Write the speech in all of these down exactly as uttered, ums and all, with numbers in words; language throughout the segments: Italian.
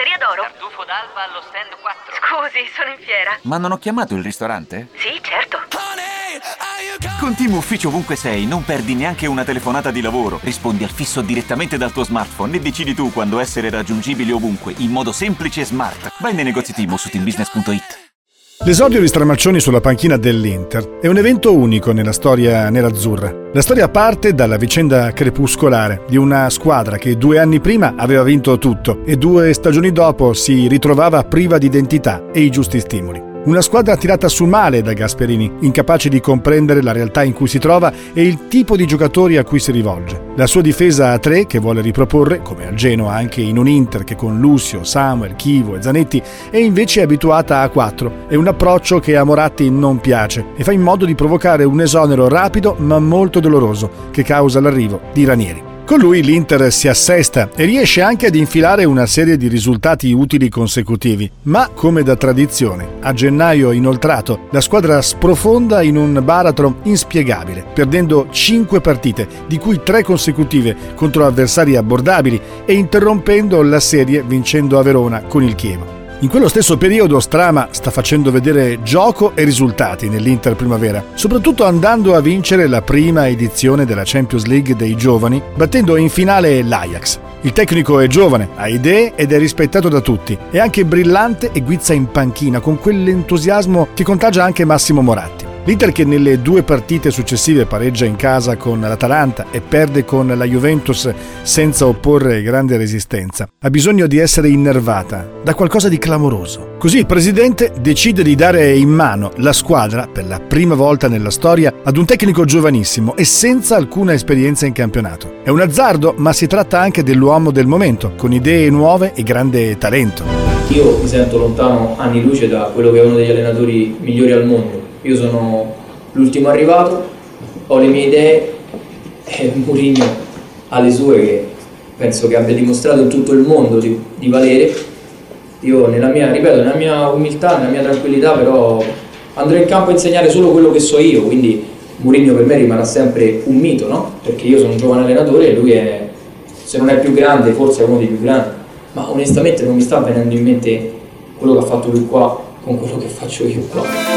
Osteria d'Oro. Tartufo d'alba allo stand quattro. Scusi, sono in fiera. Ma non ho chiamato il ristorante? Sì, certo. Con Team Ufficio ovunque sei, non perdi neanche una telefonata di lavoro. Rispondi al fisso direttamente dal tuo smartphone e decidi tu quando essere raggiungibile ovunque, in modo semplice e smart. Vai nei negozi Team o su team business punto it. L'esordio di Stramaccioni sulla panchina dell'Inter è un evento unico nella storia nerazzurra. La storia parte dalla vicenda crepuscolare di una squadra che due anni prima aveva vinto tutto e due stagioni dopo si ritrovava priva di identità e i giusti stimoli. Una squadra tirata su male da Gasperini, incapace di comprendere la realtà in cui si trova e il tipo di giocatori a cui si rivolge. La sua difesa a tre, che vuole riproporre, come al Genoa anche in un Inter che con Lucio, Samuel, Chivo e Zanetti, è invece abituata a quattro. È un approccio che a Moratti non piace e fa in modo di provocare un esonero rapido ma molto doloroso che causa l'arrivo di Ranieri. Con lui l'Inter si assesta e riesce anche ad infilare una serie di risultati utili consecutivi, ma come da tradizione, a gennaio inoltrato, la squadra sprofonda in un baratro inspiegabile, perdendo cinque partite, di cui tre consecutive contro avversari abbordabili e interrompendo la serie vincendo a Verona con il Chievo. In quello stesso periodo Strama sta facendo vedere gioco e risultati nell'Inter primavera, soprattutto andando a vincere la prima edizione della Champions League dei giovani, battendo in finale l'Ajax. Il tecnico è giovane, ha idee ed è rispettato da tutti. È anche brillante e guizza in panchina con quell'entusiasmo che contagia anche Massimo Moratti. L'Inter, che nelle due partite successive pareggia in casa con l'Atalanta e perde con la Juventus senza opporre grande resistenza, ha bisogno di essere innervata da qualcosa di clamoroso. Così il presidente decide di dare in mano la squadra, per la prima volta nella storia, ad un tecnico giovanissimo e senza alcuna esperienza in campionato. È un azzardo, ma si tratta anche dell'uomo del momento, con idee nuove e grande talento. Io mi sento lontano anni luce da quello che è uno degli allenatori migliori al mondo. Io sono l'ultimo arrivato, ho le mie idee e Mourinho ha le sue, che penso che abbia dimostrato in tutto il mondo di, di valere. Io nella mia, ripeto, nella mia umiltà, nella mia tranquillità, però andrò in campo a insegnare solo quello che so io, quindi Mourinho per me rimarrà sempre un mito, no? Perché io sono un giovane allenatore e lui è, se non è più grande, forse è uno dei più grandi, ma onestamente non mi sta venendo in mente quello che ha fatto lui qua con quello che faccio io qua.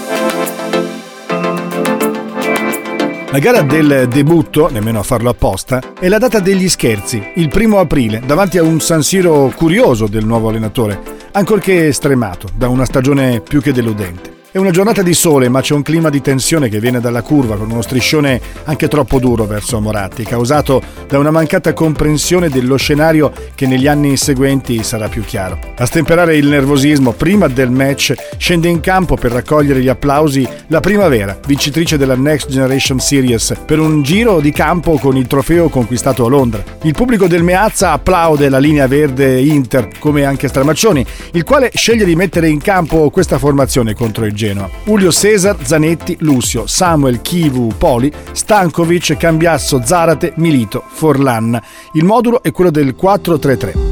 La gara del debutto, nemmeno a farlo apposta, è la data degli scherzi, il primo aprile, davanti a un San Siro curioso del nuovo allenatore, ancorché stremato da una stagione più che deludente. È una giornata di sole, ma c'è un clima di tensione che viene dalla curva, con uno striscione anche troppo duro verso Moratti, causato da una mancata comprensione dello scenario che negli anni seguenti sarà più chiaro. A stemperare il nervosismo, prima del match, scende in campo per raccogliere gli applausi la Primavera, vincitrice della Next Generation Series, per un giro di campo con il trofeo conquistato a Londra. Il pubblico del Meazza applaude la linea verde Inter, come anche Stramaccioni, il quale sceglie di mettere in campo questa formazione contro il Genoa. Julio Cesar, Zanetti, Lucio, Samuel, Chivu, Poli, Stankovic, Cambiasso, Zarate, Milito, Forlan. Il modulo è quello del quattro tre tre.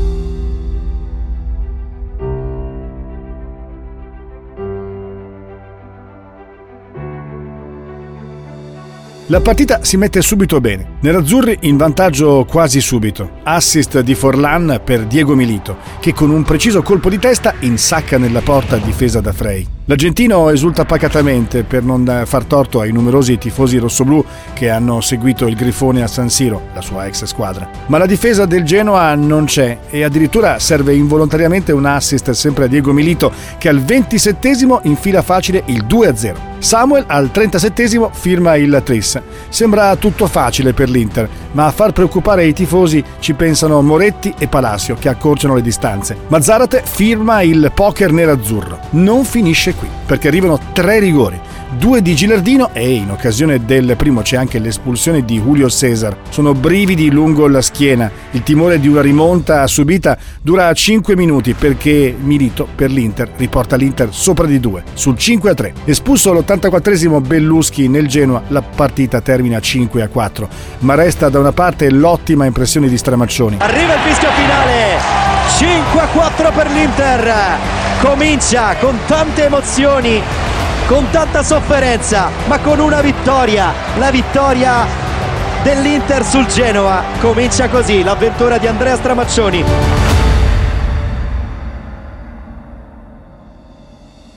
La partita si mette subito bene. Nerazzurri in vantaggio quasi subito. Assist di Forlan per Diego Milito, che con un preciso colpo di testa insacca nella porta difesa da Frey. L'argentino esulta pacatamente per non far torto ai numerosi tifosi rossoblù che hanno seguito il Grifone a San Siro, la sua ex squadra. Ma la difesa del Genoa non c'è e addirittura serve involontariamente un assist sempre a Diego Milito, che al ventisettesimo infila facile il due a zero. Samuel al trentasettesimo firma il tris. Sembra tutto facile per l'Inter, ma a far preoccupare i tifosi ci pensano Moretti e Palacio, che accorciano le distanze. Ma Zarate firma il poker nerazzurro. Non finisce qui, perché arrivano tre rigori, due di Gilardino e in occasione del primo c'è anche l'espulsione di Julio Cesar. Sono brividi lungo la schiena. Il timore di una rimonta subita dura cinque minuti, perché Milito per l'Inter riporta l'Inter sopra di due sul cinque a tre. Espulso all'ottantaquattresimo Belluschi nel Genoa, la partita termina cinque a quattro, ma resta da una parte l'ottima impressione di Stramaccioni. Arriva il fischio finale, cinque a quattro per l'Inter. Comincia con tante emozioni, con tanta sofferenza, ma con una vittoria, la vittoria dell'Inter sul Genoa. Comincia così l'avventura di Andrea Stramaccioni.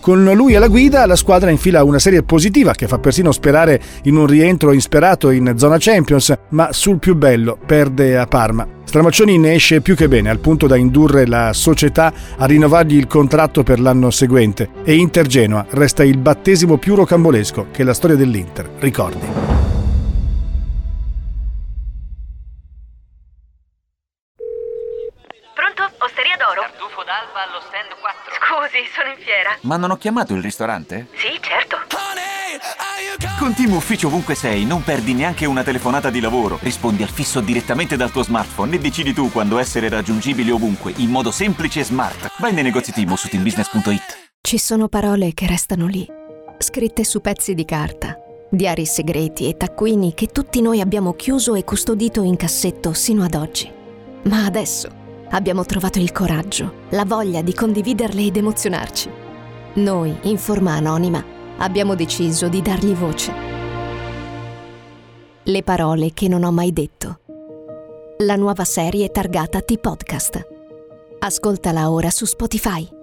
Con lui alla guida la squadra infila una serie positiva che fa persino sperare in un rientro insperato in zona Champions, ma sul più bello perde a Parma. Stramaccioni ne esce più che bene, al punto da indurre la società a rinnovargli il contratto per l'anno seguente, e Inter Genoa resta il battesimo più rocambolesco che la storia dell'Inter ricordi. Pronto? Osteria d'Oro? Tartufo d'Alba allo stand quattro. Scusi, sono in fiera. Ma non ho chiamato il ristorante? Sì, certo. Con Team Ufficio ovunque sei non perdi neanche una telefonata di lavoro. Rispondi al fisso direttamente dal tuo smartphone e decidi tu quando essere raggiungibile ovunque, in modo semplice e smart. Vai nei negozi Team o su team business punto it. Ci sono parole che restano lì, scritte su pezzi di carta, diari segreti e taccuini che tutti noi abbiamo chiuso e custodito in cassetto sino ad oggi. Ma adesso abbiamo trovato il coraggio, la voglia di condividerle ed emozionarci. Noi, in forma anonima, abbiamo deciso di dargli voce. Le parole che non ho mai detto. La nuova serie targata T-Podcast. Ascoltala ora su Spotify.